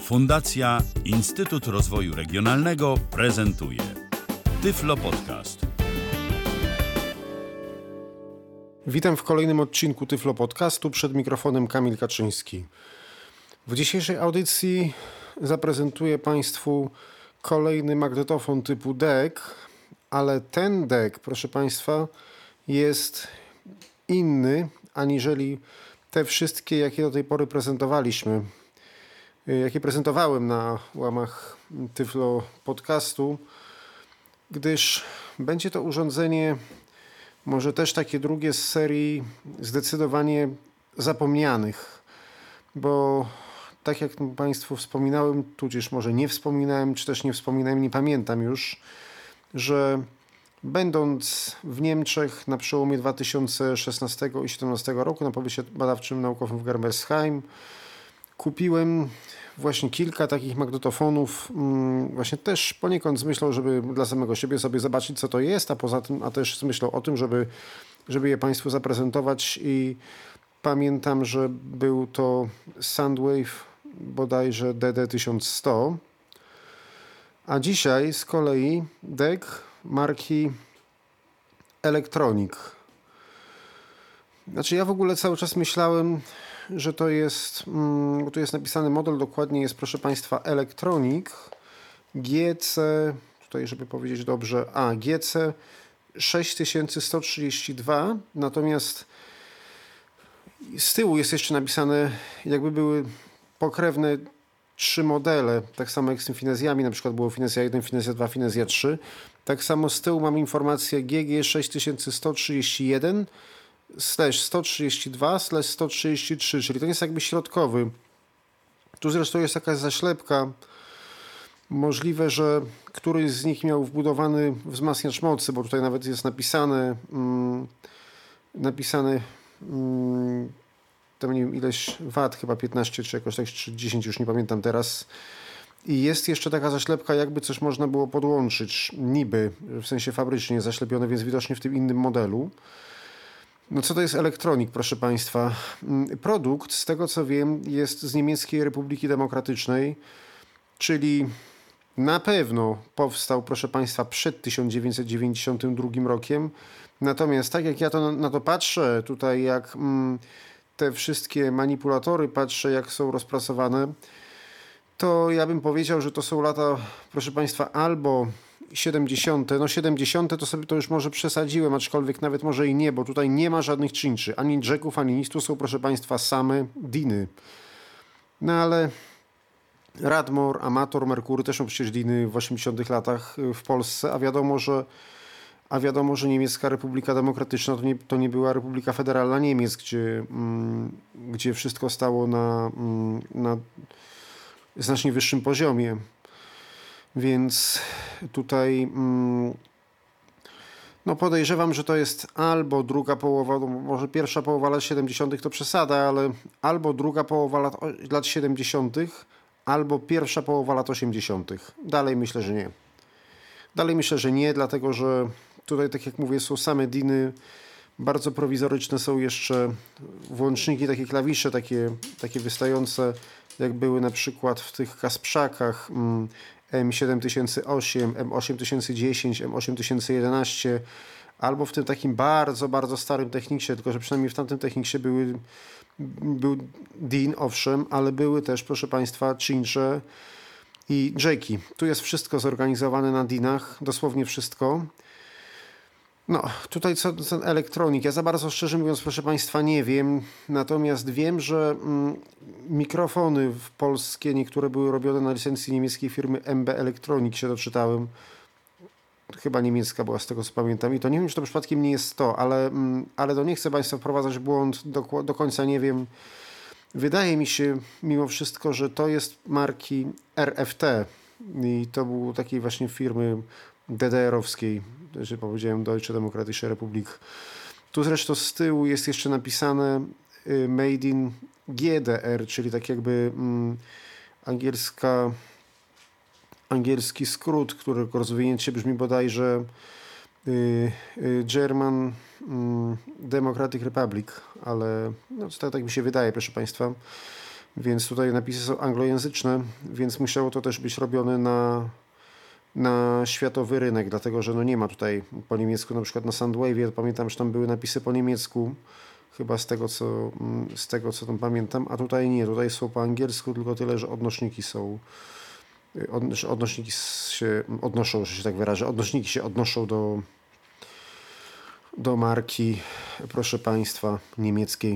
Fundacja Instytut Rozwoju Regionalnego prezentuje Tyflo Podcast. Witam w kolejnym odcinku Tyflo Podcastu. Przed mikrofonem Kamil Kaczyński. W dzisiejszej audycji zaprezentuję Państwu kolejny magnetofon typu DEC, ale ten DEC, proszę Państwa, jest inny aniżeli te wszystkie, jakie do tej pory prezentowaliśmy, jakie prezentowałem na łamach Tyflo Podcastu, gdyż będzie to urządzenie może też takie drugie z serii zdecydowanie zapomnianych, bo tak jak Państwu wspominałem, tudzież może nie wspominałem, czy też nie wspominałem, nie pamiętam już, że będąc w Niemczech na przełomie 2016 i 2017 roku na pobycie badawczym naukowym w Germersheim, kupiłem właśnie kilka takich magnetofonów, właśnie też poniekąd z myślą, żeby dla samego siebie sobie zobaczyć, co to jest, a poza tym, a też z myślą o tym, żeby je Państwu zaprezentować. I pamiętam, że był to Soundwave bodajże DD1100, a dzisiaj z kolei DEC marki Electronic. Znaczy ja w ogóle cały czas myślałem, że to jest, bo tu jest napisany model, dokładnie jest, proszę Państwa, Electronic GC, tutaj żeby powiedzieć dobrze, GC 6132, natomiast z tyłu jest jeszcze napisane, jakby były pokrewne trzy modele, tak samo jak z tym Finezjami, na przykład było Finezja 1, Finezja 2, Finezja 3. Tak samo z tyłu mam informację GG 6131 /132 /133, czyli to jest jakby środkowy. Tu zresztą jest jakaś zaślepka. Możliwe, że któryś z nich miał wbudowany wzmacniacz mocy, bo tutaj nawet jest napisane tam nie wiem ileś wat, chyba 15 czy jakoś tak, czy 10, już nie pamiętam teraz. I jest jeszcze taka zaślepka, jakby coś można było podłączyć, niby, w sensie fabrycznie zaślepione, więc widocznie w tym innym modelu. No co to jest Electronic, proszę Państwa? Produkt, z tego co wiem, jest z Niemieckiej Republiki Demokratycznej, czyli na pewno powstał, proszę Państwa, przed 1992 rokiem. Natomiast tak jak ja na to patrzę, tutaj jak te wszystkie manipulatory patrzę, jak są rozpracowane, to ja bym powiedział, że to są lata, proszę Państwa, albo 70. No 70. to sobie to już może przesadziłem, aczkolwiek nawet może i nie, bo tutaj nie ma żadnych czynczy, ani jacków, ani nic. Tu są, proszę Państwa, same diny. No ale Radmor, Amator, Merkury też są przecież diny w 80. latach w Polsce, a wiadomo, że Niemiecka Republika Demokratyczna to nie była Republika Federalna Niemiec, gdzie wszystko stało na znacznie wyższym poziomie. Więc tutaj no podejrzewam, że to jest albo druga połowa, no może pierwsza połowa lat 70. to przesada, ale albo druga połowa lat 70., albo pierwsza połowa lat 80. Dalej myślę, że nie. Dalej myślę, że nie, dlatego że tutaj, tak jak mówię, są same diny, bardzo prowizoryczne są jeszcze włączniki, takie klawisze, takie wystające, jak były na przykład w tych Kasprzakach M7008, M8010, M8011, albo w tym takim bardzo, bardzo starym Techniksie, tylko że przynajmniej w tamtym Techniksie był DIN, owszem, ale były też, proszę Państwa, czyncze i jacki. Tu jest wszystko zorganizowane na DINach, dosłownie wszystko. No, tutaj co ten Electronic, ja za bardzo szczerze mówiąc, proszę Państwa, nie wiem, natomiast wiem, że mikrofony polskie, niektóre były robione na licencji niemieckiej firmy MB Electronic, się doczytałem, chyba niemiecka była z tego co pamiętam i to nie wiem, czy to przypadkiem nie jest to, ale to nie chcę Państwa wprowadzać w błąd, do końca nie wiem. Wydaje mi się mimo wszystko, że to jest marki RFT i to był takiej właśnie firmy DDR-owskiej, że powiedziałem Deutsche Demokratische Republik. Tu zresztą z tyłu jest jeszcze napisane Made in GDR, czyli tak jakby angielski skrót, którego rozwinięcie brzmi bodajże German Democratic Republic, ale no, tak mi się wydaje, proszę Państwa. Więc tutaj napisy są anglojęzyczne, więc musiało to też być robione na światowy rynek, dlatego że no nie ma tutaj po niemiecku, na przykład na Soundwave'ie, pamiętam, że tam były napisy po niemiecku, chyba z tego co tam pamiętam, a tutaj nie, tutaj są po angielsku, tylko tyle, że odnośniki się odnoszą, że się tak wyrażę, odnośniki się odnoszą do marki, proszę Państwa, niemieckiej.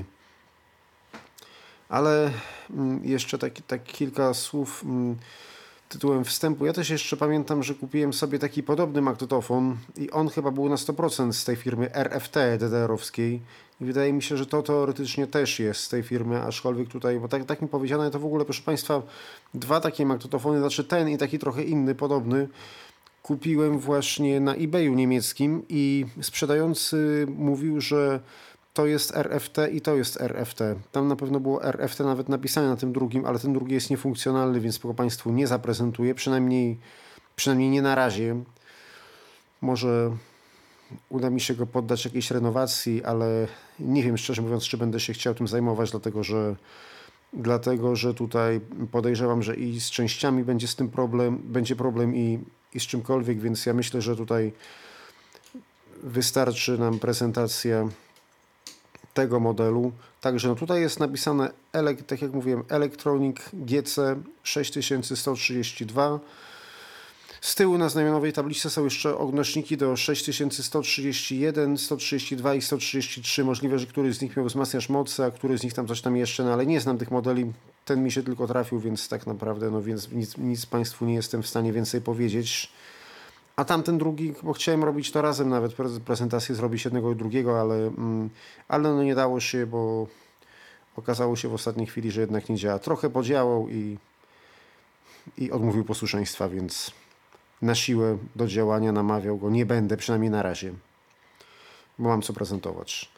Ale jeszcze tak kilka słów tytułem wstępu. Ja też jeszcze pamiętam, że kupiłem sobie taki podobny magnetofon i on chyba był na 100% z tej firmy RFT DDR-owskiej. I wydaje mi się, że to teoretycznie też jest z tej firmy, aczkolwiek tutaj, bo tak mi powiedziano, to w ogóle, proszę Państwa, dwa takie magnetofony, znaczy ten i taki trochę inny, podobny, kupiłem właśnie na eBayu niemieckim i sprzedający mówił, że to jest RFT i to jest RFT. Tam na pewno było RFT nawet napisane na tym drugim, ale ten drugi jest niefunkcjonalny, więc go Państwu nie zaprezentuję, przynajmniej nie na razie. Może uda mi się go poddać jakiejś renowacji, ale nie wiem, szczerze mówiąc, czy będę się chciał tym zajmować, dlatego że tutaj podejrzewam, że i z częściami będzie problem i z czymkolwiek, więc ja myślę, że tutaj wystarczy nam prezentacja tego modelu. Także no tutaj jest napisane, tak jak mówiłem, Electronic GC 6132. Z tyłu na znamionowej tablicy są jeszcze odnośniki do 6131, 132 i 133. Możliwe, że któryś z nich miał wzmacniacz mocy, a któryś z nich tam coś tam jeszcze, no ale nie znam tych modeli. Ten mi się tylko trafił, więc tak naprawdę, no więc nic Państwu nie jestem w stanie więcej powiedzieć. A tamten drugi, bo chciałem robić to razem, nawet prezentację zrobić jednego i drugiego, ale no nie dało się, bo okazało się w ostatniej chwili, że jednak nie działa. Trochę podziałał i odmówił posłuszeństwa, więc na siłę do działania namawiał go. Nie będę, przynajmniej na razie, bo mam co prezentować.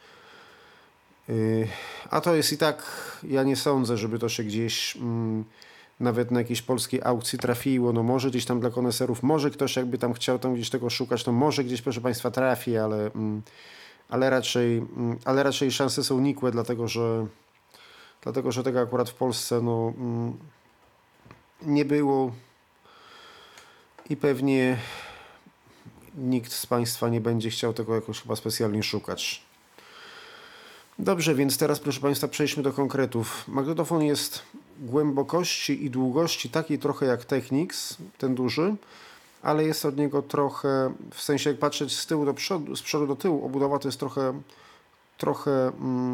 A to jest i tak, ja nie sądzę, żeby to się gdzieś nawet na jakiejś polskiej aukcji trafiło. No może gdzieś tam dla koneserów, może ktoś jakby tam chciał tam gdzieś tego szukać, to może gdzieś, proszę Państwa, trafi, ale raczej szanse są nikłe, dlatego że tego akurat w Polsce nie było i pewnie nikt z Państwa nie będzie chciał tego jakoś chyba specjalnie szukać. Dobrze, więc teraz, proszę Państwa, przejdźmy do konkretów. Magnetofon jest głębokości i długości takiej trochę jak Technics, ten duży, ale jest od niego trochę, w sensie jak patrzeć z tyłu do przodu, z przodu do tyłu, obudowa to jest trochę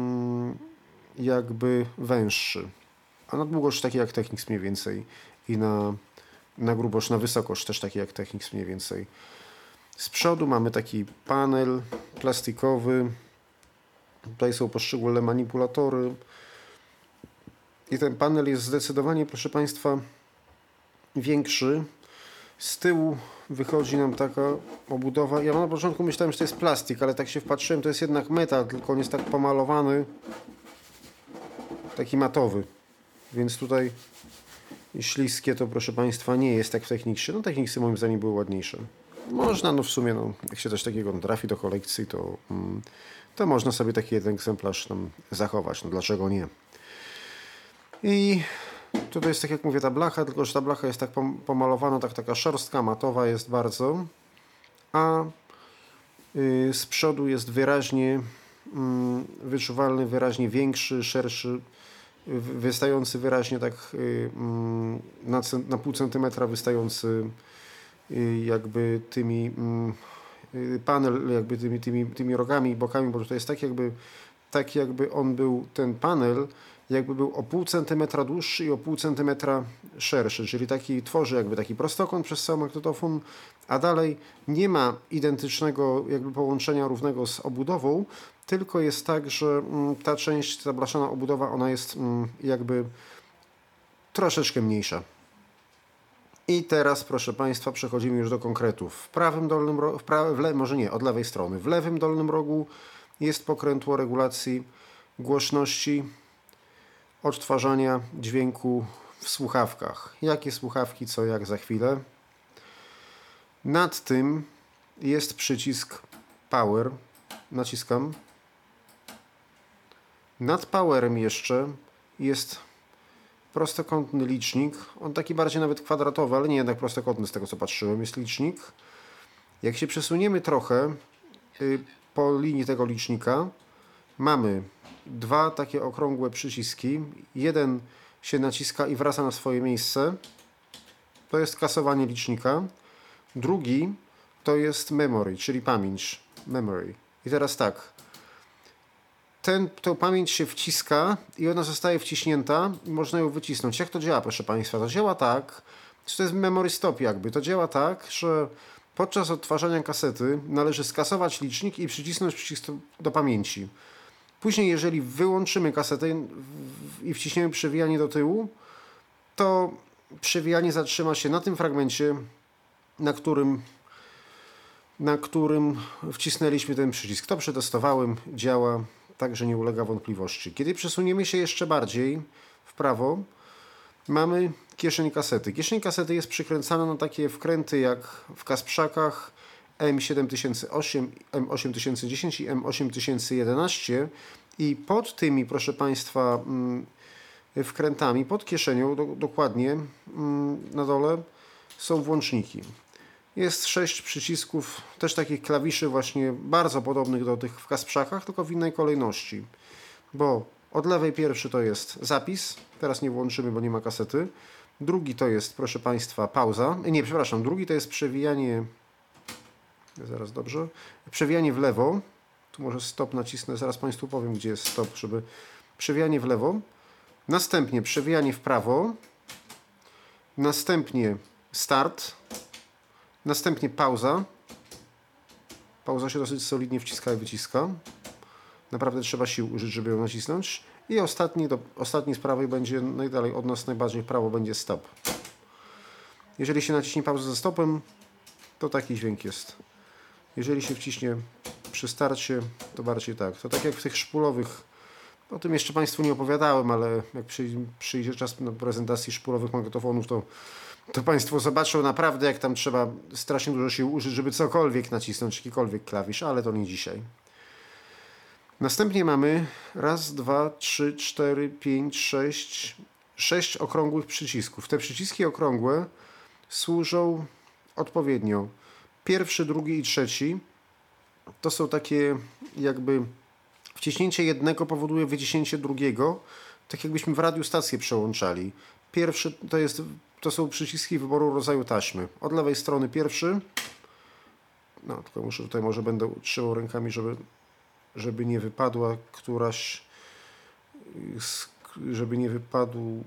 jakby węższy. A na długość taki jak Technics mniej więcej i na grubość, na wysokość też taki jak Technics mniej więcej. Z przodu mamy taki panel plastikowy. Tutaj są poszczególne manipulatory. I ten panel jest zdecydowanie, proszę Państwa, większy. Z tyłu wychodzi nam taka obudowa. Ja na początku myślałem, że to jest plastik, ale tak się wpatrzyłem, to jest jednak metal, tylko on jest tak pomalowany, taki matowy. Więc tutaj śliskie to, proszę Państwa, nie jest tak w Technicsie. No Technicsy moim zdaniem były ładniejsze. Można, no w sumie, jak się coś takiego trafi do kolekcji, to można sobie taki jeden egzemplarz tam zachować. No dlaczego nie? I tutaj jest, tak jak mówię, ta blacha, tylko że ta blacha jest tak pomalowana, taka szorstka, matowa jest bardzo, a z przodu jest wyraźnie wyczuwalny, wyraźnie większy, szerszy, wystający wyraźnie tak na pół centymetra wystający jakby panel jakby tymi rogami i bokami, bo tutaj jest tak jakby on był, ten panel jakby był o pół centymetra dłuższy i o pół centymetra szerszy, czyli tworzy jakby taki prostokąt przez cały magnetofon, a dalej nie ma identycznego jakby połączenia równego z obudową, tylko jest tak, że ta blaszana obudowa, ona jest jakby troszeczkę mniejsza. I teraz, proszę Państwa, przechodzimy już do konkretów. W prawym dolnym rogu, może nie, od lewej strony. W lewym dolnym rogu jest pokrętło regulacji głośności odtwarzania dźwięku w słuchawkach. Jakie słuchawki, co, jak, za chwilę. Nad tym jest przycisk Power. Naciskam. Nad Powerem jeszcze jest prostokątny licznik. On taki bardziej nawet kwadratowy, ale nie jednak prostokątny z tego co patrzyłem. Jest licznik. Jak się przesuniemy trochę po linii tego licznika, mamy dwa takie okrągłe przyciski. Jeden się naciska i wraca na swoje miejsce. To jest kasowanie licznika. Drugi to jest memory, czyli pamięć. Memory. I teraz tak. Tą pamięć się wciska i ona zostaje wciśnięta i można ją wycisnąć. Jak to działa, proszę Państwa? To działa tak, to jest memory stop jakby. To działa tak, że podczas odtwarzania kasety należy skasować licznik i przycisnąć przycisk do pamięci. Później, jeżeli wyłączymy kasetę i wciśniemy przewijanie do tyłu, to przewijanie zatrzyma się na tym fragmencie, na którym wcisnęliśmy ten przycisk. To przetestowałem, działa, także nie ulega wątpliwości. Kiedy przesuniemy się jeszcze bardziej w prawo, mamy kieszeń kasety. Kieszeń kasety jest przykręcana na takie wkręty jak w Kasprzakach M7008, M8010 i M8011 i pod tymi, proszę Państwa, wkrętami, pod kieszenią dokładnie na dole są włączniki. Jest 6 przycisków, też takich klawiszy właśnie bardzo podobnych do tych w Kasprzakach, tylko w innej kolejności. Bo od lewej pierwszy to jest zapis, teraz nie włączymy, bo nie ma kasety. Drugi to jest, proszę Państwa, pauza. Nie, przepraszam, drugi to jest przewijanie, zaraz dobrze, przewijanie w lewo. Tu może stop nacisnę, zaraz Państwu powiem, gdzie jest stop, żeby przewijanie w lewo. Następnie przewijanie w prawo. Następnie start. Następnie pauza. Pauza się dosyć solidnie wciska i wyciska. Naprawdę trzeba sił użyć, żeby ją nacisnąć. I ostatni z prawej będzie najdalej od nas, najbardziej w prawo będzie stop. Jeżeli się naciśnie pauzę ze stopem, to taki dźwięk jest. Jeżeli się wciśnie przy starcie, to bardziej tak. To tak jak w tych szpulowych, o tym jeszcze Państwu nie opowiadałem, ale jak przyjdzie czas na prezentacji szpulowych magnetofonów, to Państwo zobaczą naprawdę, jak tam trzeba strasznie dużo sił użyć, żeby cokolwiek nacisnąć, jakikolwiek klawisz, ale to nie dzisiaj. Następnie mamy 1, 2, 3, 4, 5, 6 okrągłych przycisków. Te przyciski okrągłe służą odpowiednio. Pierwszy, drugi i trzeci to są takie jakby wciśnięcie jednego powoduje wyciśnięcie drugiego, tak jakbyśmy w radiu stację przełączali. Pierwszy to są przyciski wyboru rodzaju taśmy. Od lewej strony pierwszy. No, tylko muszę tutaj może będę trzymał rękami, żeby nie wypadła któraś, żeby nie wypadł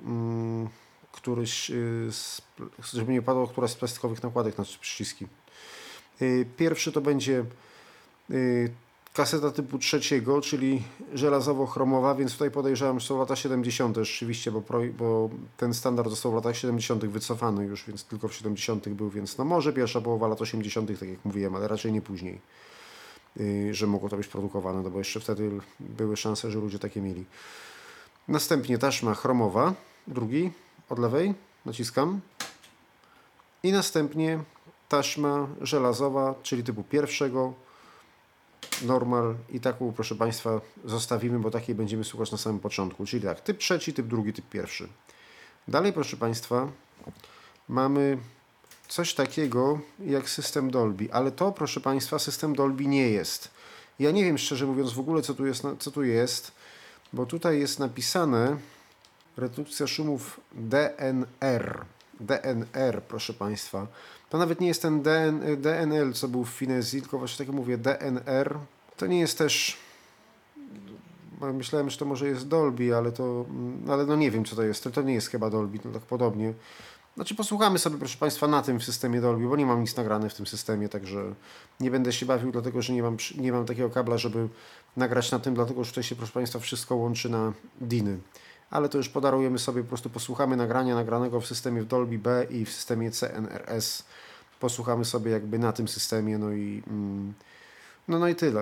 żeby nie wypadła któraś z plastikowych nakładek na przyciski. Pierwszy to będzie kaseta typu trzeciego, czyli żelazowo-chromowa, więc tutaj podejrzewam, że są lata 70. rzeczywiście, bo ten standard został w latach 70. wycofany już, więc tylko w 70. był, więc no może pierwsza połowa lat 80., tak jak mówiłem, ale raczej nie później, że mogło to być produkowane, no bo jeszcze wtedy były szanse, że ludzie takie mieli. Następnie taśma chromowa, drugi, od lewej, naciskam. I następnie taśma żelazowa, czyli typu pierwszego, normal i taką, proszę Państwa, zostawimy, bo takiej będziemy słuchać na samym początku. Czyli tak, typ trzeci, typ drugi, typ pierwszy. Dalej, proszę Państwa, mamy coś takiego jak system Dolby, ale to, proszę Państwa, system Dolby nie jest. Ja nie wiem, szczerze mówiąc, w ogóle co tu jest, bo tutaj jest napisane redukcja szumów DNR. DNR, proszę Państwa. To nawet nie jest ten DNL, co był w Finezji, tylko właśnie tak jak mówię, DNR. To nie jest też... Myślałem, że to może jest Dolby, ale no nie wiem, co to jest. To nie jest chyba Dolby, no tak podobnie. Znaczy posłuchamy sobie, proszę Państwa, na tym w systemie Dolby, bo nie mam nic nagrane w tym systemie, także nie będę się bawił, dlatego że nie mam takiego kabla, żeby nagrać na tym, dlatego że tutaj się, proszę Państwa, wszystko łączy na DIN-y. Ale to już podarujemy sobie, po prostu posłuchamy nagrania nagranego w systemie Dolby B i w systemie CNRS. Posłuchamy sobie jakby na tym systemie, no i tyle.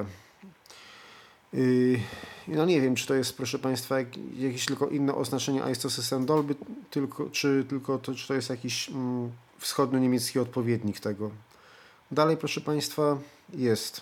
No nie wiem, czy to jest, proszę Państwa, jakieś tylko inne oznaczenie, a jest to system Dolby, czy to jest jakiś wschodnio-niemiecki odpowiednik tego. Dalej, proszę Państwa, jest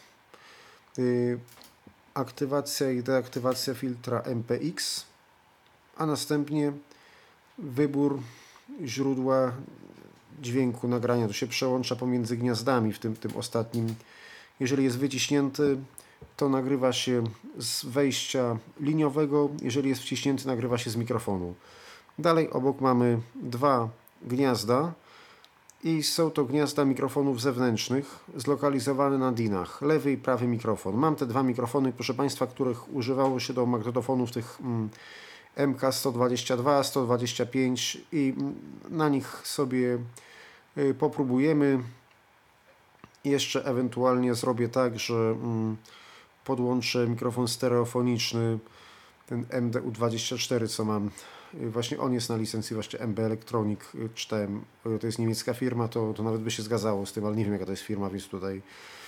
aktywacja i deaktywacja filtra MPX, a następnie wybór źródła dźwięku nagrania. To się przełącza pomiędzy gniazdami w tym ostatnim. Jeżeli jest wyciśnięty, to nagrywa się z wejścia liniowego. Jeżeli jest wciśnięty, nagrywa się z mikrofonu. Dalej obok mamy dwa gniazda i są to gniazda mikrofonów zewnętrznych zlokalizowane na DIN-ach. Lewy i prawy mikrofon. Mam te dwa mikrofony, proszę Państwa, których używało się do magnetofonów tych MK122, 125 i na nich sobie popróbujemy. Jeszcze ewentualnie zrobię tak, że podłączę mikrofon stereofoniczny, ten MDU24, co mam. Właśnie on jest na licencji właśnie MB Electronic, czytałem, to jest niemiecka firma, to nawet by się zgadzało z tym, ale nie wiem jaka to jest firma, więc tutaj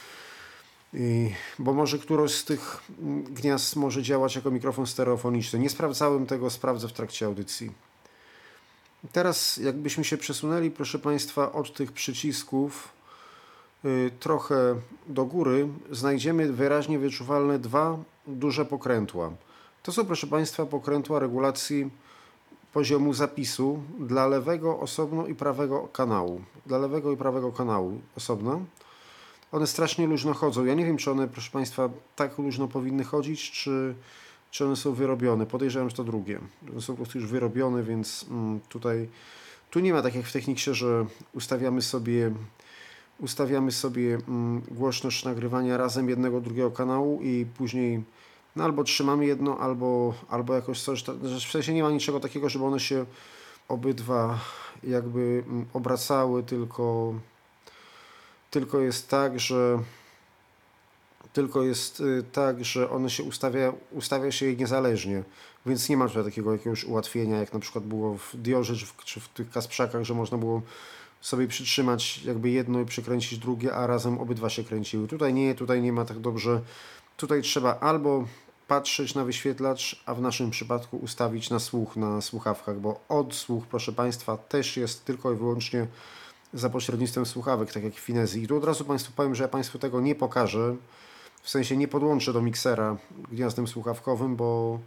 bo może któreś z tych gniazd może działać jako mikrofon stereofoniczny. Nie sprawdzałem tego, sprawdzę w trakcie audycji. Teraz jakbyśmy się przesunęli, proszę Państwa, od tych przycisków trochę do góry, znajdziemy wyraźnie wyczuwalne dwa duże pokrętła. To są, proszę Państwa, pokrętła regulacji poziomu zapisu dla lewego osobno i prawego kanału. Dla lewego i prawego kanału osobno. One strasznie luźno chodzą. Ja nie wiem, czy one, proszę Państwa, tak luźno powinny chodzić, czy one są wyrobione. Podejrzewam, że to drugie. One są po prostu już wyrobione, więc tu nie ma tak jak w Techniksie, że ustawiamy sobie głośność nagrywania razem jednego, drugiego kanału i później albo trzymamy jedno, albo jakoś coś. W sensie nie ma niczego takiego, żeby one się obydwa jakby obracały, tylko jest tak, że one się ustawia się je niezależnie, więc nie ma tutaj takiego jakiegoś ułatwienia, jak na przykład było w Diorze czy w tych Kasprzakach, że można było sobie przytrzymać jakby jedno i przykręcić drugie, a razem obydwa się kręciły. Tutaj nie ma tak dobrze. Tutaj trzeba albo patrzeć na wyświetlacz, a w naszym przypadku ustawić na słuch, na słuchawkach, bo odsłuch, proszę Państwa, też jest tylko i wyłącznie za pośrednictwem słuchawek, tak jak w Finezji. I tu od razu Państwu powiem, że ja Państwu tego nie pokażę, w sensie nie podłączę do miksera gniazdem słuchawkowym, bo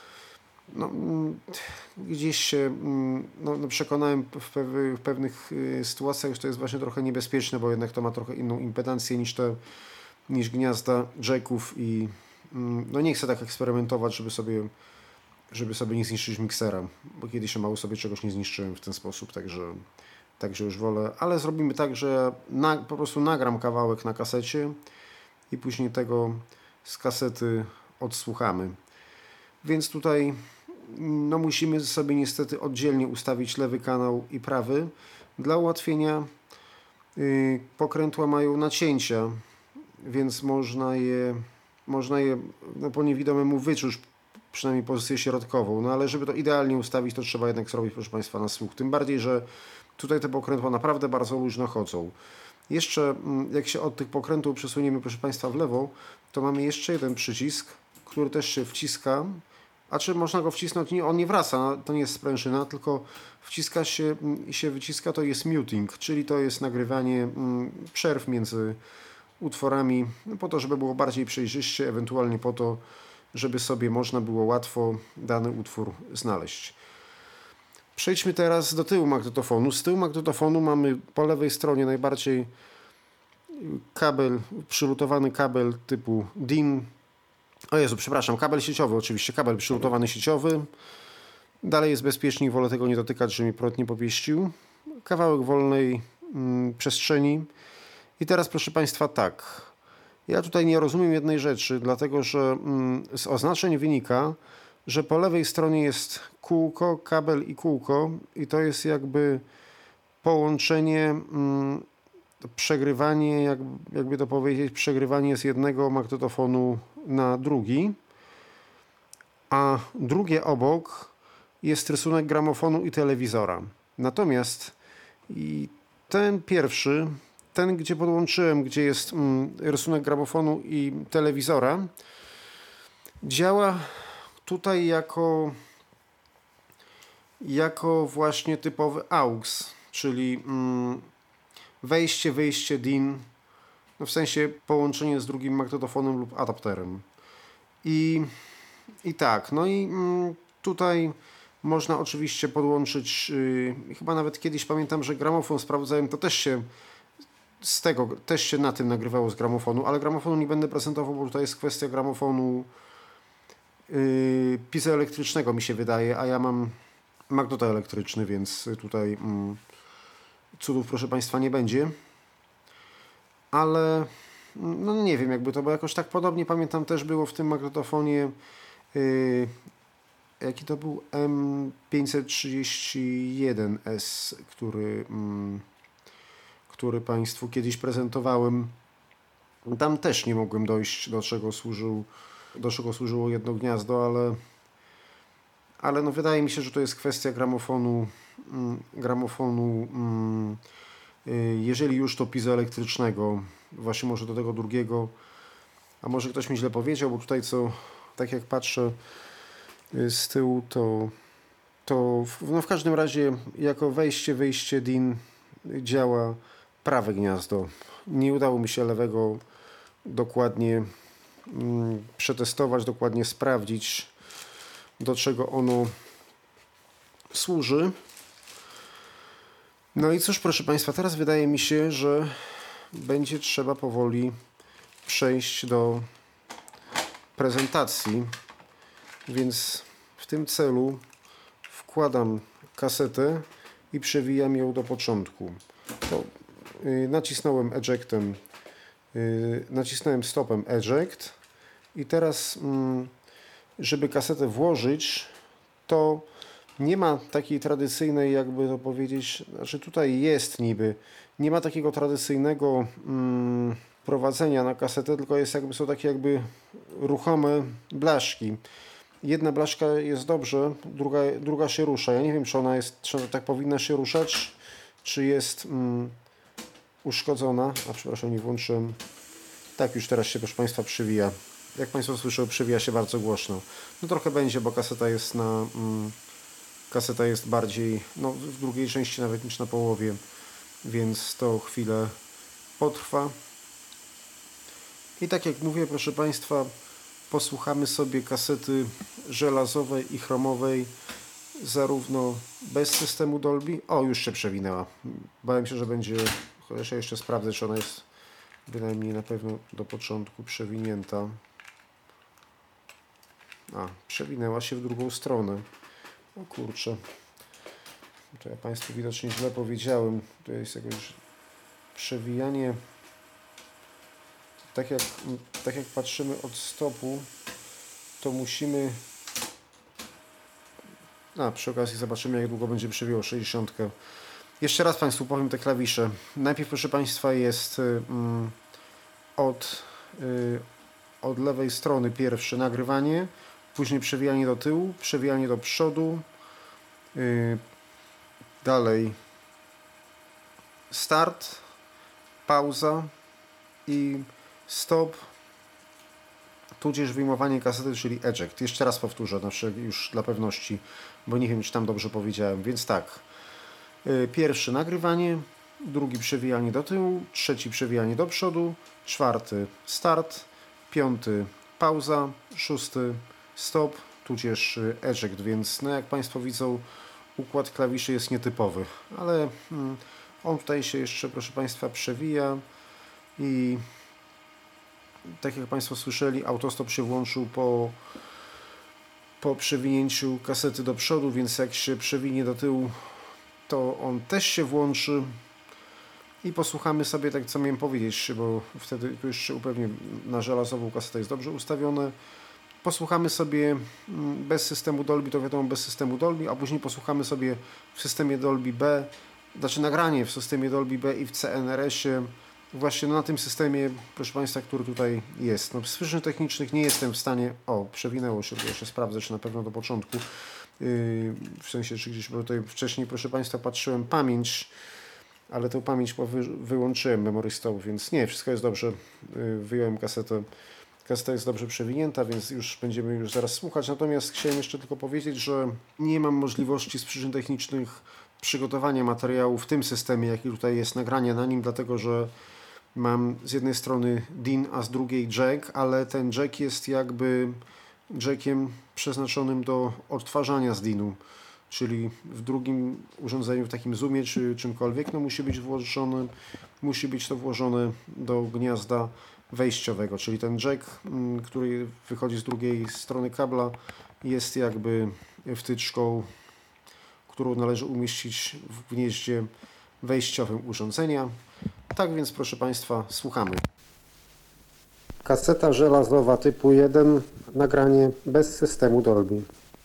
gdzieś się przekonałem w pewnych sytuacjach, że to jest właśnie trochę niebezpieczne, bo jednak to ma trochę inną impedancję niż gniazda jacków i nie chcę tak eksperymentować, żeby sobie nie zniszczyć miksera, bo kiedyś mało sobie czegoś nie zniszczyłem w ten sposób, także już wolę, ale zrobimy tak, że po prostu nagram kawałek na kasecie i później tego z kasety odsłuchamy. Więc tutaj musimy sobie niestety oddzielnie ustawić lewy kanał i prawy. Dla ułatwienia pokrętła mają nacięcia, więc można je po niewidomemu wyczuć przynajmniej pozycję środkową, ale żeby to idealnie ustawić, to trzeba jednak zrobić, proszę Państwa, na słuch. Tym bardziej, że tutaj te pokrętła naprawdę bardzo luźno chodzą. Jeszcze jak się od tych pokrętów przesuniemy, proszę Państwa, w lewo, to mamy jeszcze jeden przycisk, który też się wciska. A czy można go wcisnąć? On nie wraca, to nie jest sprężyna, tylko wciska się i się wyciska, to jest muting, czyli to jest nagrywanie przerw między utworami, po to, żeby było bardziej przejrzyście, ewentualnie po to, żeby sobie można było łatwo dany utwór znaleźć. Przejdźmy teraz do tyłu magnetofonu. Z tyłu magnetofonu mamy po lewej stronie najbardziej przylutowany kabel typu DIN. Kabel sieciowy oczywiście, kabel przylutowany sieciowy. Dalej jest bezpieczniej, wolę tego nie dotykać, żeby mi prąd nie popieścił. Kawałek wolnej przestrzeni. I teraz proszę Państwa tak, ja tutaj nie rozumiem jednej rzeczy, dlatego że z oznaczeń wynika, że po lewej stronie jest kółko, kabel i kółko i to jest jakby połączenie, przegrywanie, jakby to powiedzieć, przegrywanie z jednego magnetofonu na drugi, a drugie obok jest rysunek gramofonu i telewizora. Natomiast ten pierwszy, ten gdzie podłączyłem, gdzie jest rysunek gramofonu i telewizora, działa tutaj jako właśnie typowy AUX, czyli wejście, wyjście DIN, w sensie połączenie z drugim magnetofonem lub adapterem. I tak, tutaj Można oczywiście podłączyć, chyba nawet kiedyś pamiętam, że gramofon sprawdzałem, to też się na tym nagrywało z gramofonu, ale gramofonu nie będę prezentował, bo tutaj jest kwestia gramofonu piezoelektrycznego, mi się wydaje, a ja mam magnetofon elektryczny, więc tutaj cudów, proszę Państwa, nie będzie. Ale no nie wiem, jakby to, bo jakoś tak podobnie pamiętam, też było w tym magnetofonie, jaki to był M531S, który Państwu kiedyś prezentowałem. Tam też nie mogłem dojść, do czego służyło jedno gniazdo, ale no wydaje mi się, że to jest kwestia gramofonu, jeżeli już to piezoelektrycznego, właśnie może do tego drugiego, a może ktoś mi źle powiedział, bo tutaj tak jak patrzę z tyłu, to w każdym razie jako wyjście DIN działa prawe gniazdo. Nie udało mi się lewego dokładnie przetestować, dokładnie sprawdzić, do czego ono służy. No i cóż, proszę Państwa, teraz wydaje mi się, że będzie trzeba powoli przejść do prezentacji, więc w tym celu wkładam kasetę i przewijam ją do początku. Nacisnąłem ejectem, nacisnąłem stopem eject i teraz, żeby kasetę włożyć, to nie ma takiej tradycyjnej, jakby to powiedzieć, znaczy tutaj jest niby, nie ma takiego tradycyjnego prowadzenia na kasetę, tylko są takie ruchome blaszki. Jedna blaszka jest dobrze, druga się rusza. Ja nie wiem, czy ona tak powinna się ruszać, czy jest uszkodzona. A przepraszam, nie włączyłem. Tak, już teraz się, proszę Państwa, przewija. Jak Państwo słyszą, przewija się bardzo głośno. No trochę będzie, bo kaseta jest bardziej, no w drugiej części nawet niż na połowie, więc to chwilę potrwa. I tak jak mówię, proszę Państwa, posłuchamy sobie kasety żelazowej i chromowej, zarówno bez systemu Dolby. O, już się przewinęła. Bałem się, że będzie, chociaż ja jeszcze sprawdzę, czy ona jest bynajmniej na pewno do początku przewinięta. Przewinęła się w drugą stronę. O kurczę. To ja Państwu widocznie źle powiedziałem. To jest jakieś przewijanie. Tak jak patrzymy od stopu, to musimy... przy okazji zobaczymy, jak długo będzie przewijało 60. Jeszcze raz Państwu powiem te klawisze. Najpierw, proszę Państwa, jest od lewej strony pierwsze nagrywanie, później przewijanie do tyłu, przewijanie do przodu, dalej start, pauza i stop, tudzież wyjmowanie kasety, czyli eject. Jeszcze raz powtórzę, już dla pewności, bo nie wiem, czy tam dobrze powiedziałem. Więc tak, pierwszy nagrywanie, drugi przewijanie do tyłu, trzeci przewijanie do przodu, czwarty start, piąty pauza, szósty stop, tudzież eject. Więc jak Państwo widzą, układ klawiszy jest nietypowy, ale on tutaj się jeszcze, proszę Państwa, przewija i tak jak Państwo słyszeli, autostop się włączył po przewinięciu kasety do przodu, więc jak się przewinie do tyłu, to on też się włączy i posłuchamy sobie, tak co miałem powiedzieć, bo wtedy tu jeszcze upewnię, na żelazową kasetę jest dobrze ustawione. Posłuchamy sobie bez systemu Dolby, to wiadomo, bez systemu Dolby, a później posłuchamy sobie w systemie Dolby B, znaczy nagranie w systemie Dolby B i w CNRS-ie, właśnie na tym systemie, proszę Państwa, który tutaj jest. Z przyczyn technicznych nie jestem w stanie... przewinęło się, bo jeszcze sprawdzę, czy na pewno do początku. W sensie, czy gdzieś, bo tutaj wcześniej, proszę Państwa, patrzyłem pamięć, ale tę pamięć wyłączyłem, memory stop, więc nie, wszystko jest dobrze. Wyjąłem kasetę. Kaseta jest dobrze przewinięta, więc już będziemy zaraz słuchać. Natomiast chciałem jeszcze tylko powiedzieć, że nie mam możliwości z przyczyn technicznych przygotowania materiału w tym systemie, jaki tutaj jest, nagrania na nim, dlatego że mam z jednej strony DIN, a z drugiej jack, ale ten jack jest jakby jackiem przeznaczonym do odtwarzania z DIN-u. czyli w drugim urządzeniu, w takim Zoomie czy czymkolwiek, musi być to włożone do gniazda wejściowego, czyli ten jack, który wychodzi z drugiej strony kabla, jest jakby wtyczką, którą należy umieścić w gnieździe wejściowym urządzenia. Tak więc, proszę Państwa, słuchamy. Kaseta żelazowa typu 1, nagranie bez systemu Dolby.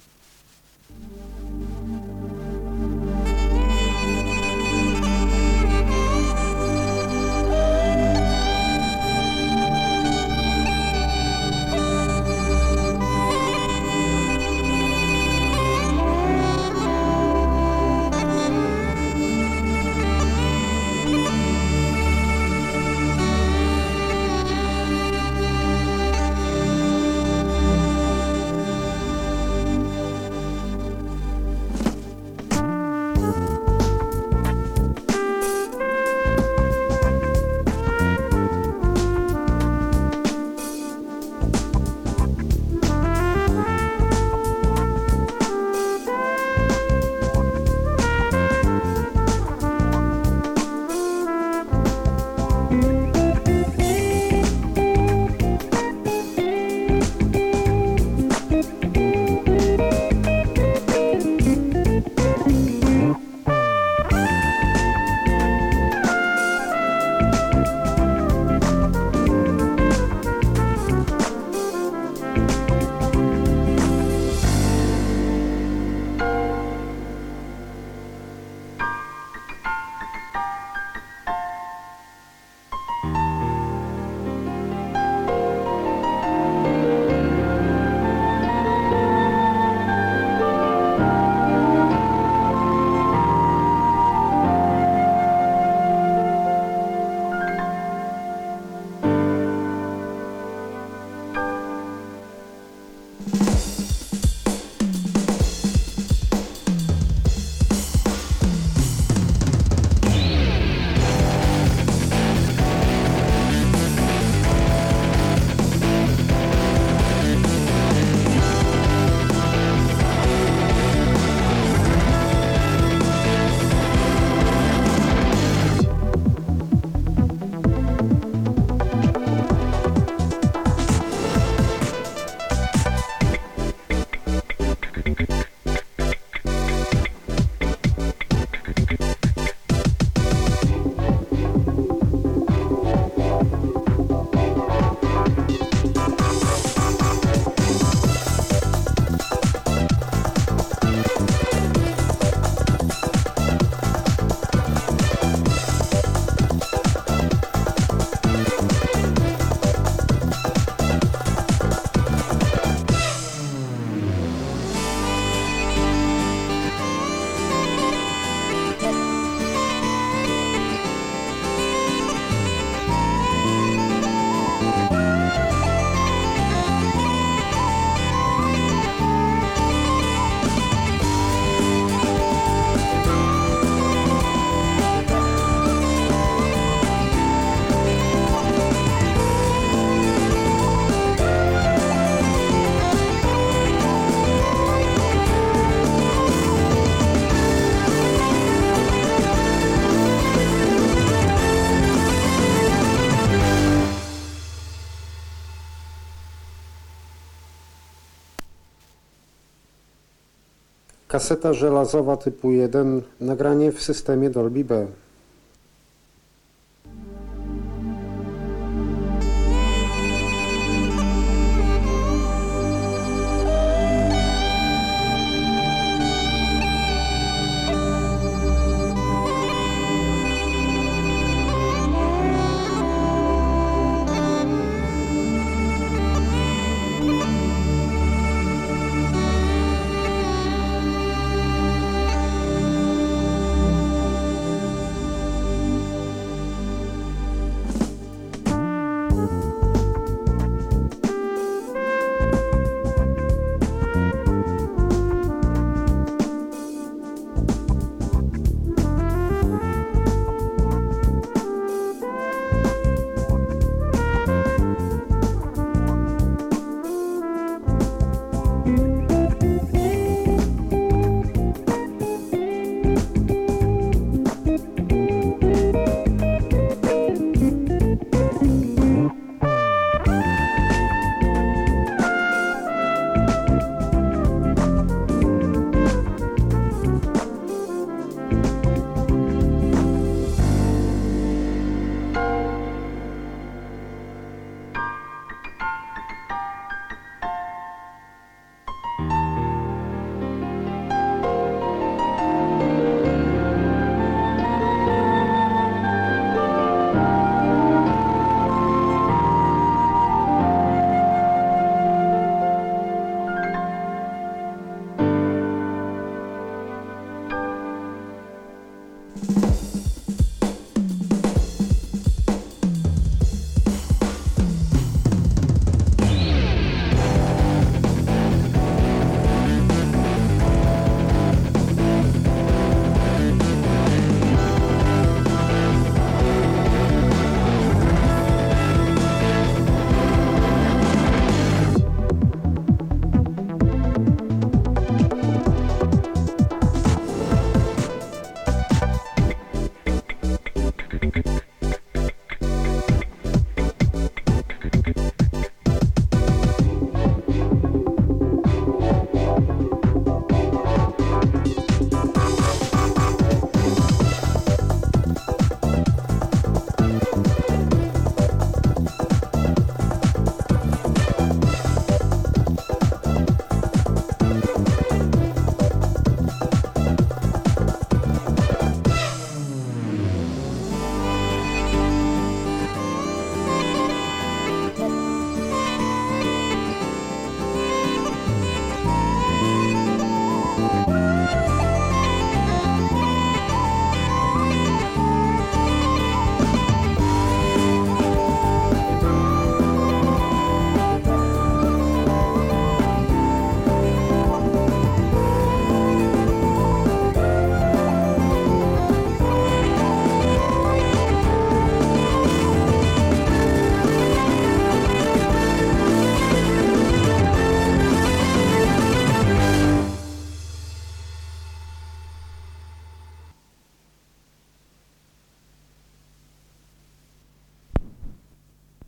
Kaseta żelazowa typu 1, nagranie w systemie Dolby B.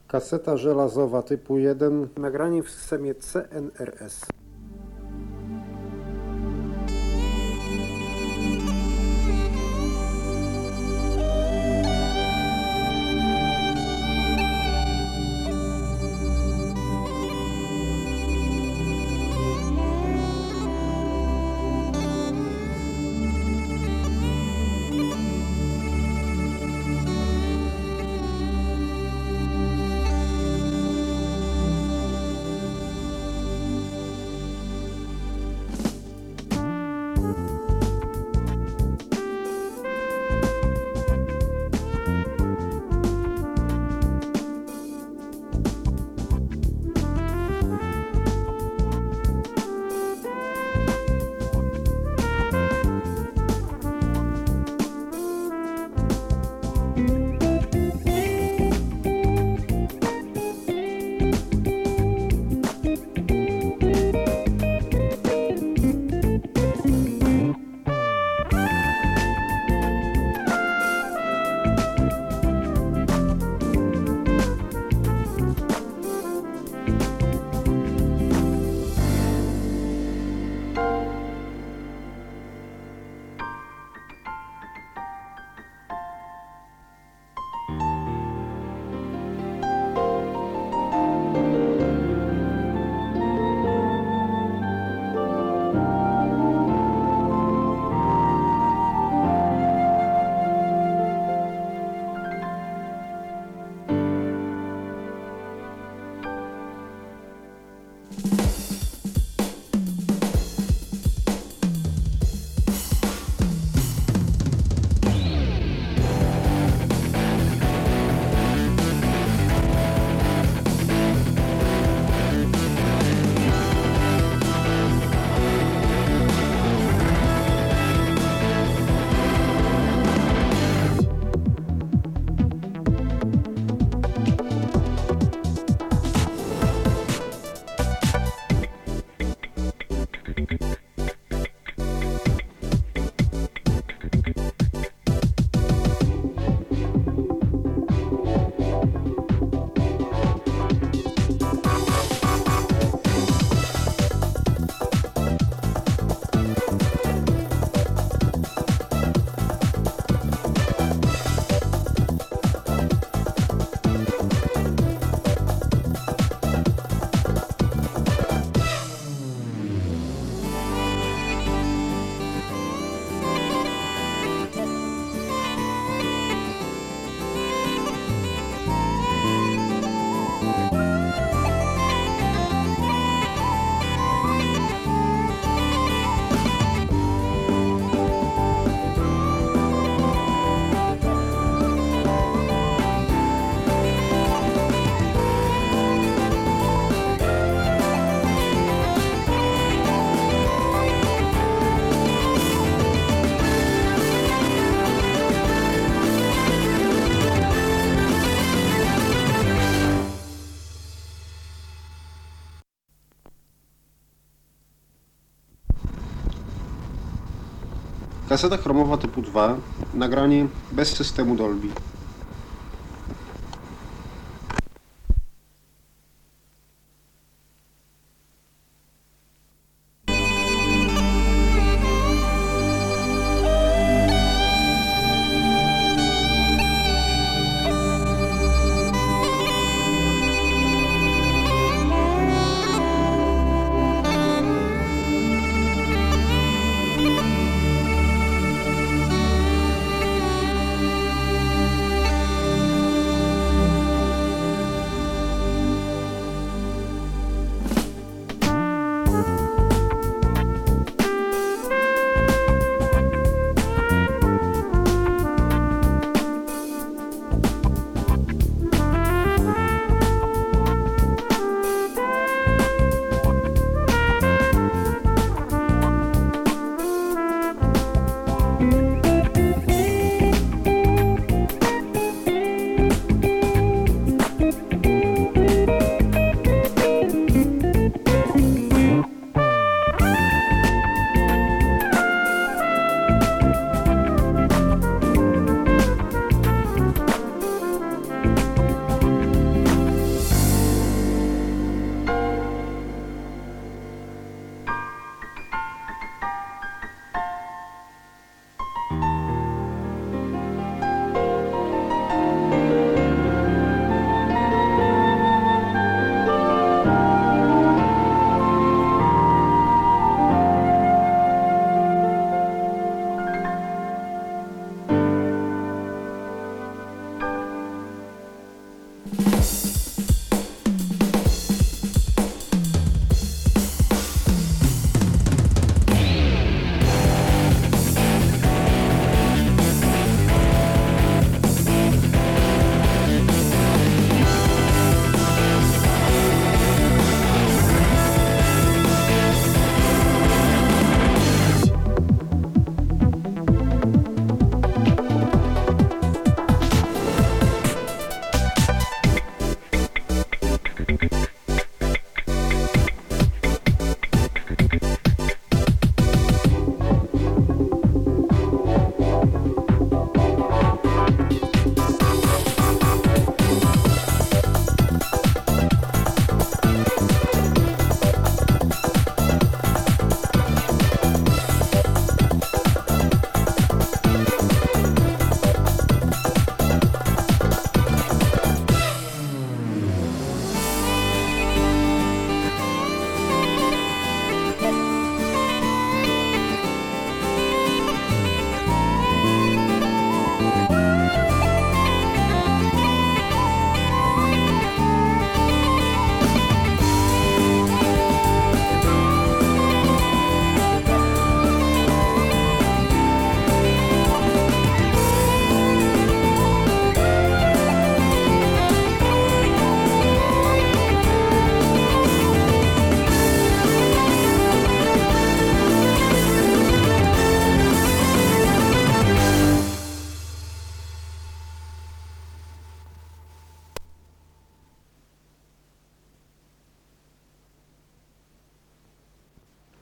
Kaseta żelazowa typu 1, nagranie w systemie CNRS. Kaseta chromowa typu 2, nagranie bez systemu Dolby.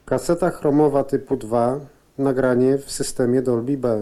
Kaseta chromowa typu 2, nagranie w systemie Dolby B.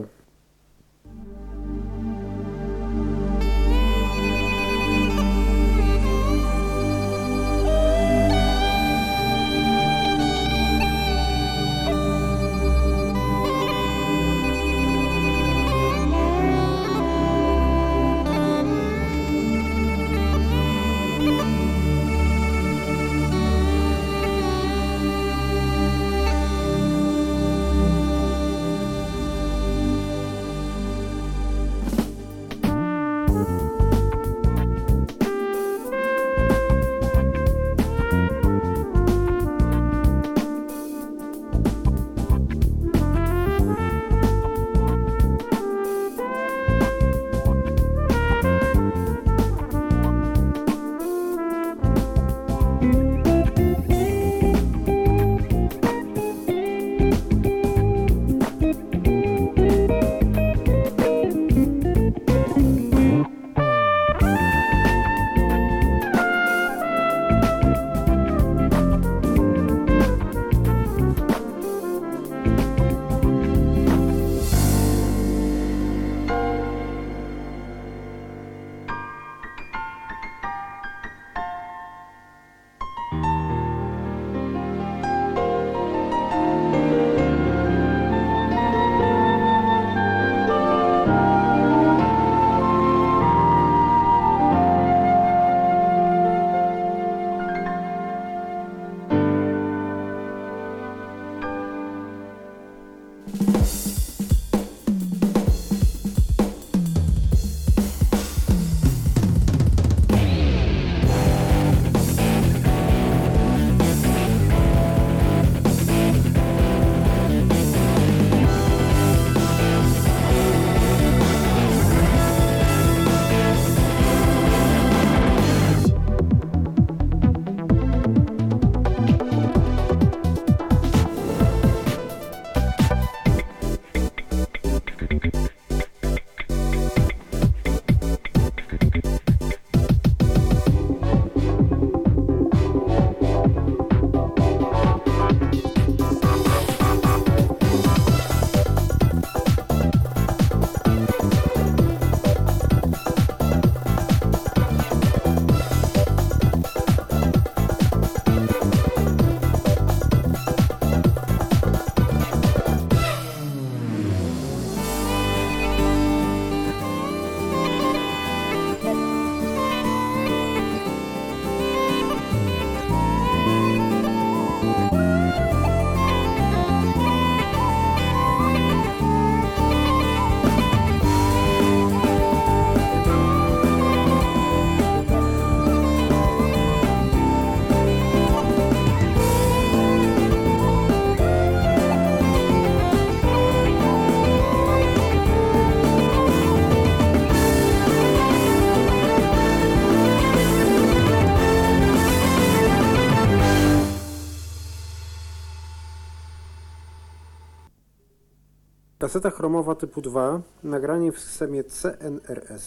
Kaseta chromowa typu 2, nagranie w systemie CNRS.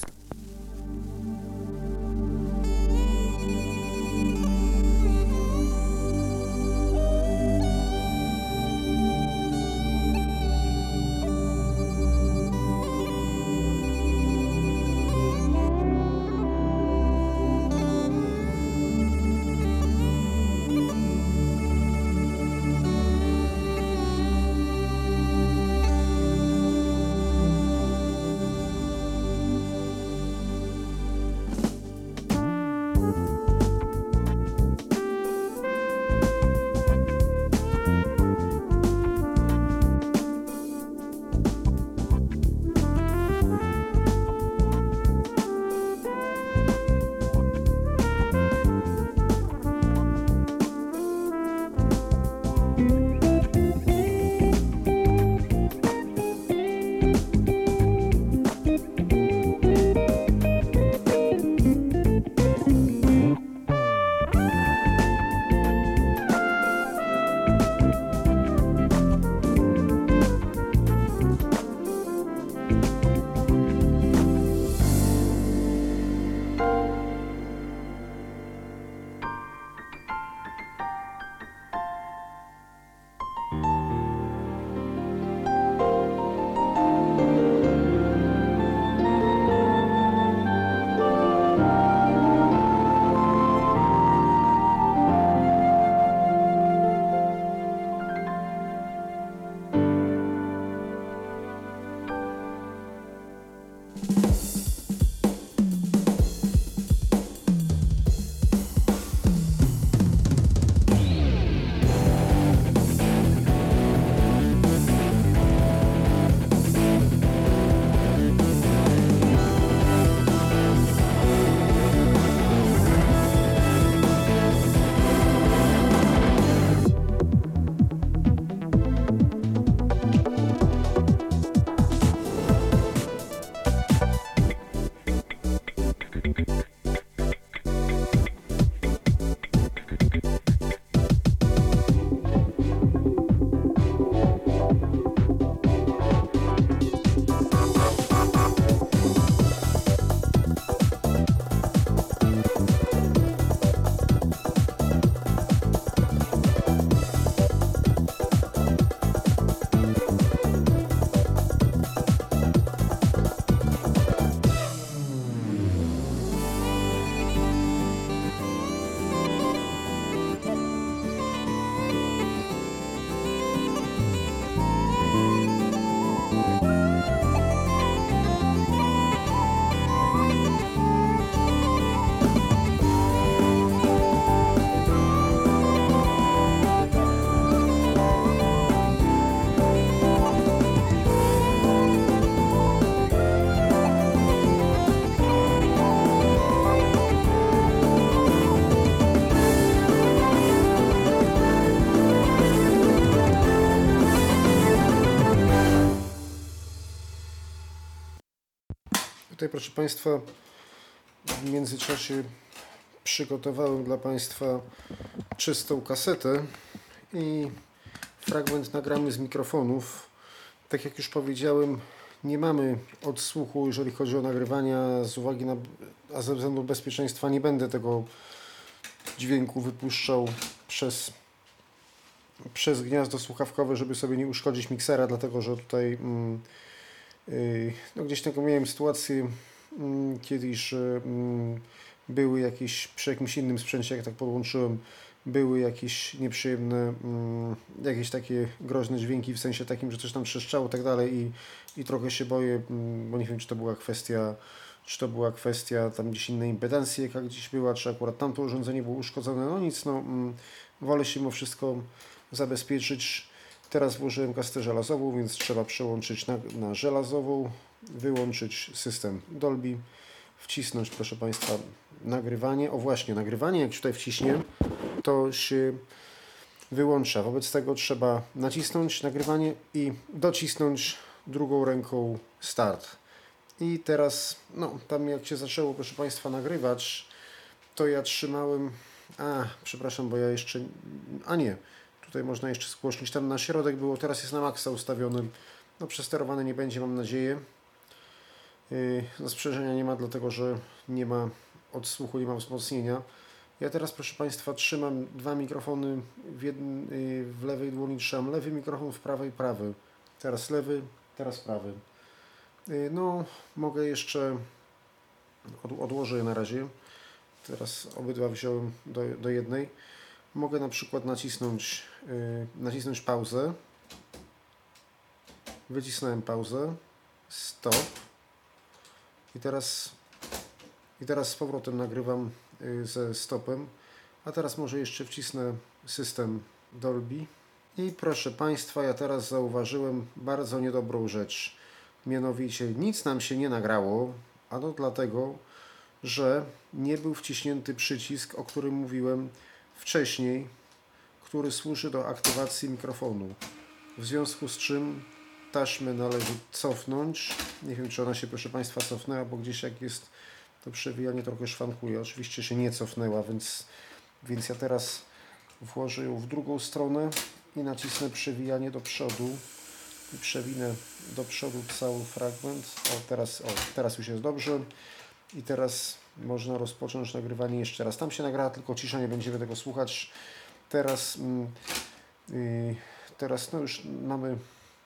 Tutaj, proszę Państwa, w międzyczasie przygotowałem dla Państwa czystą kasetę i fragment nagramy z mikrofonów. Tak jak już powiedziałem, nie mamy odsłuchu, jeżeli chodzi o nagrywania, a ze względu bezpieczeństwa nie będę tego dźwięku wypuszczał przez gniazdo słuchawkowe, żeby sobie nie uszkodzić miksera, dlatego że tutaj gdzieś taką miałem sytuację kiedyś, że były jakieś, przy jakimś innym sprzęcie, jak tak podłączyłem, były jakieś nieprzyjemne, jakieś takie groźne dźwięki, w sensie takim, że coś tam trzeszczało i tak dalej i trochę się boję, bo nie wiem, czy to była kwestia tam gdzieś innej impedancji, jaka gdzieś była, czy akurat tamto urządzenie było uszkodzone, no nic, wolę się mimo wszystko zabezpieczyć. Teraz włożyłem kastę żelazową, więc trzeba przełączyć na żelazową, wyłączyć system Dolby, wcisnąć, proszę Państwa, nagrywanie. O właśnie, nagrywanie, jak tutaj wciśnie, to się wyłącza. Wobec tego trzeba nacisnąć nagrywanie i docisnąć drugą ręką start. I teraz, tam jak się zaczęło, proszę Państwa, nagrywać, to ja trzymałem, przepraszam, bo ja jeszcze, tutaj można jeszcze zgłośnić, tam na środek było, teraz jest na maksa ustawiony, przesterowane nie będzie, mam nadzieję. Zastrzeżenia nie ma, dlatego że nie ma odsłuchu, nie ma wzmocnienia. Ja teraz, proszę Państwa, trzymam dwa mikrofony, w lewej dłoni trzymam lewy mikrofon, w prawej prawy. Teraz lewy, teraz prawy. Mogę jeszcze, odłożę je na razie. Teraz obydwa wziąłem do jednej. Mogę na przykład nacisnąć pauzę. Wycisnąłem pauzę. Stop. I teraz z powrotem nagrywam ze stopem. A teraz może jeszcze wcisnę system Dolby. I proszę Państwa, ja teraz zauważyłem bardzo niedobrą rzecz. Mianowicie nic nam się nie nagrało, a to dlatego, że nie był wciśnięty przycisk, o którym mówiłem wcześniej, który służy do aktywacji mikrofonu. W związku z czym taśmę należy cofnąć. Nie wiem, czy ona się, proszę Państwa, cofnęła, bo gdzieś jak jest to przewijanie, trochę szwankuje. Oczywiście się nie cofnęła, więc ja teraz włożę ją w drugą stronę i nacisnę przewijanie do przodu i przewinę do przodu cały fragment. Teraz już jest dobrze i teraz można rozpocząć nagrywanie jeszcze raz. Tam się nagrała tylko cisza, nie będziemy tego słuchać. Teraz już mamy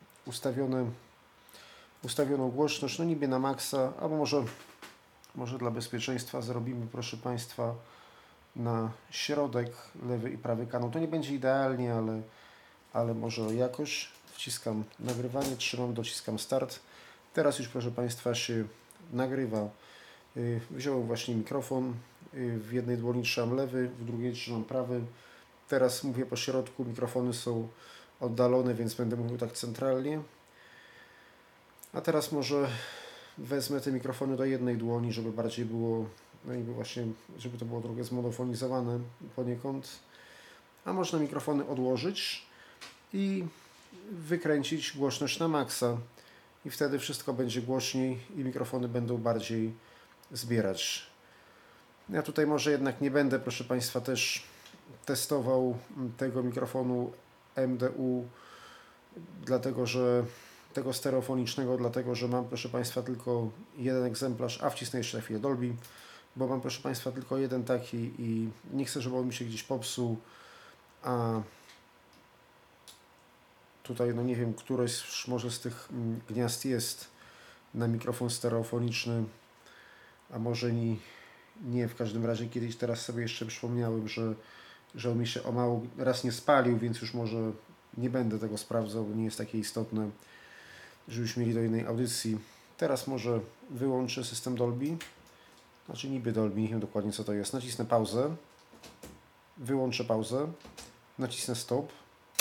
ustawioną głośność, niby na maksa, albo może dla bezpieczeństwa zrobimy, proszę Państwa, na środek, lewy i prawy kanał. To nie będzie idealnie, ale może jakoś. Wciskam nagrywanie, trzymam, dociskam start. Teraz już, proszę Państwa, się nagrywa. Wziąłem właśnie mikrofon, w jednej dłoni trzymam lewy, w drugiej trzymam prawy. Teraz mówię po środku, mikrofony są oddalone, więc będę mówił tak centralnie. A teraz może wezmę te mikrofony do jednej dłoni, żeby bardziej było, żeby to było trochę zmonofonizowane poniekąd. A można mikrofony odłożyć i wykręcić głośność na maksa. I wtedy wszystko będzie głośniej i mikrofony będą bardziej zbierać. Ja tutaj może jednak nie będę, proszę Państwa, też testował tego mikrofonu MDU, tego stereofonicznego, dlatego że mam, proszę Państwa, tylko jeden egzemplarz, wcisnę jeszcze na chwilę Dolby, bo mam, proszę Państwa, tylko jeden taki i nie chcę, żeby on mi się gdzieś popsuł, a tutaj, nie wiem, któreś może z tych gniazd jest na mikrofon stereofoniczny, a może nie, w każdym razie kiedyś teraz sobie jeszcze przypomniałem, że on mi się o mało raz nie spalił, więc już może nie będę tego sprawdzał, bo nie jest takie istotne, żebyśmy mieli do innej audycji. Teraz może wyłączę system Dolby, niby Dolby, nie wiem dokładnie co to jest. Nacisnę pauzę, wyłączę pauzę, nacisnę stop.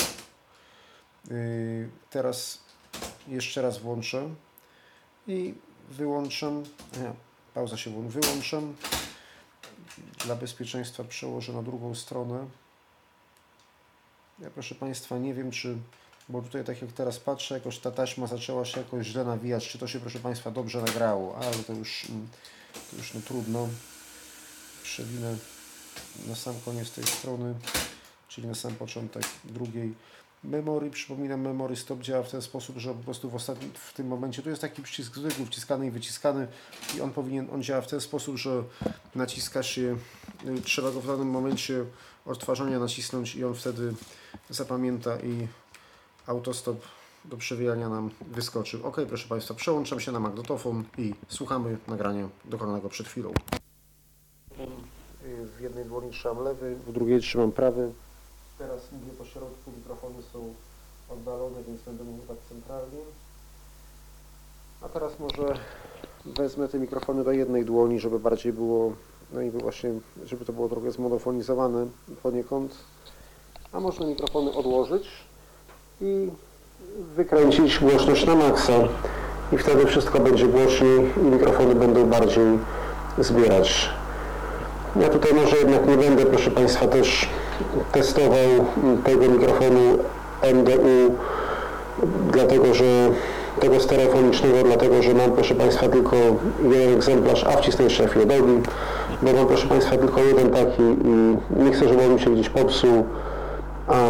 Teraz jeszcze raz włączę i wyłączam. Pauza się wyłączam. Dla bezpieczeństwa przełożę na drugą stronę. Ja, proszę Państwa, nie wiem, czy bo tutaj tak jak teraz patrzę, jakoś ta taśma zaczęła się jakoś źle nawijać, czy to się, proszę Państwa, dobrze nagrało, ale to już no trudno. Przewinę na sam koniec tej strony, czyli na sam początek drugiej. Memory, przypominam, Memory Stop działa w ten sposób, że po prostu w tym momencie, tu jest taki przycisk zwykły, wciskany i wyciskany i on działa w ten sposób, że naciska się, trzeba go w danym momencie odtwarzania nacisnąć i on wtedy zapamięta i autostop do przewijania nam wyskoczy. Ok, proszę Państwa, przełączam się na magnetofon i słuchamy nagrania dokonanego przed chwilą. W jednej dłoni trzymam lewy, w drugiej trzymam prawy. Teraz mówię po środku, mikrofony są oddalone, więc będę mówił tak centralnie. A teraz może wezmę te mikrofony do jednej dłoni, żeby bardziej było, no i właśnie, żeby to było trochę zmonofonizowane poniekąd. A można mikrofony odłożyć i wykręcić głośność na maksa. I wtedy wszystko będzie głośniej i mikrofony będą bardziej zbierać. Ja tutaj może jednak nie będę, proszę Państwa, też testował tego mikrofonu MDU, tego stereofonicznego, dlatego że mam, proszę Państwa, tylko jeden egzemplarz, a wcisnę szefie drogi, bo mam, proszę Państwa, tylko jeden taki i nie chcę, żeby on mi się gdzieś popsuł, a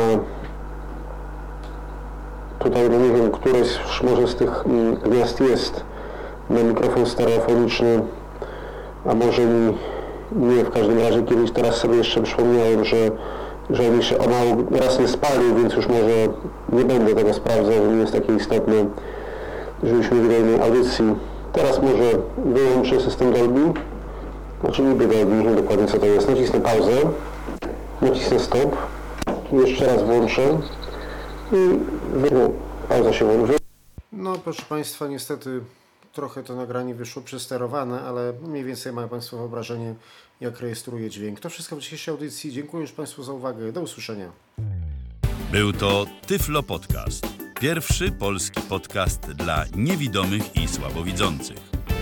tutaj, no nie wiem, któreś może z tych gniazd jest na mikrofon stereofoniczny, a może nie, w każdym razie kiedyś teraz sobie jeszcze przypomniałem, że mi się o mało raz nie spalił, więc już może nie będę tego sprawdzał, że nie jest takie istotne, żebyśmy wydajnej audycji. Teraz może wyłączę system Dolby, znaczy niby Dolby, nie wiem dokładnie co to jest. Nacisnę pauzę, nacisnę stop, jeszcze raz włączę i pauza się włączy. No proszę Państwa, niestety trochę to nagranie wyszło przesterowane, ale mniej więcej mają Państwo wyobrażenie, jak rejestruje dźwięk. To wszystko w dzisiejszej audycji. Dziękuję już Państwu za uwagę. Do usłyszenia. Był to Tyflo Podcast. Pierwszy polski podcast dla niewidomych i słabowidzących.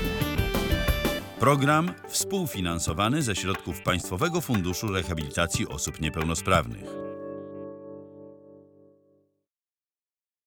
Program współfinansowany ze środków Państwowego Funduszu Rehabilitacji Osób Niepełnosprawnych.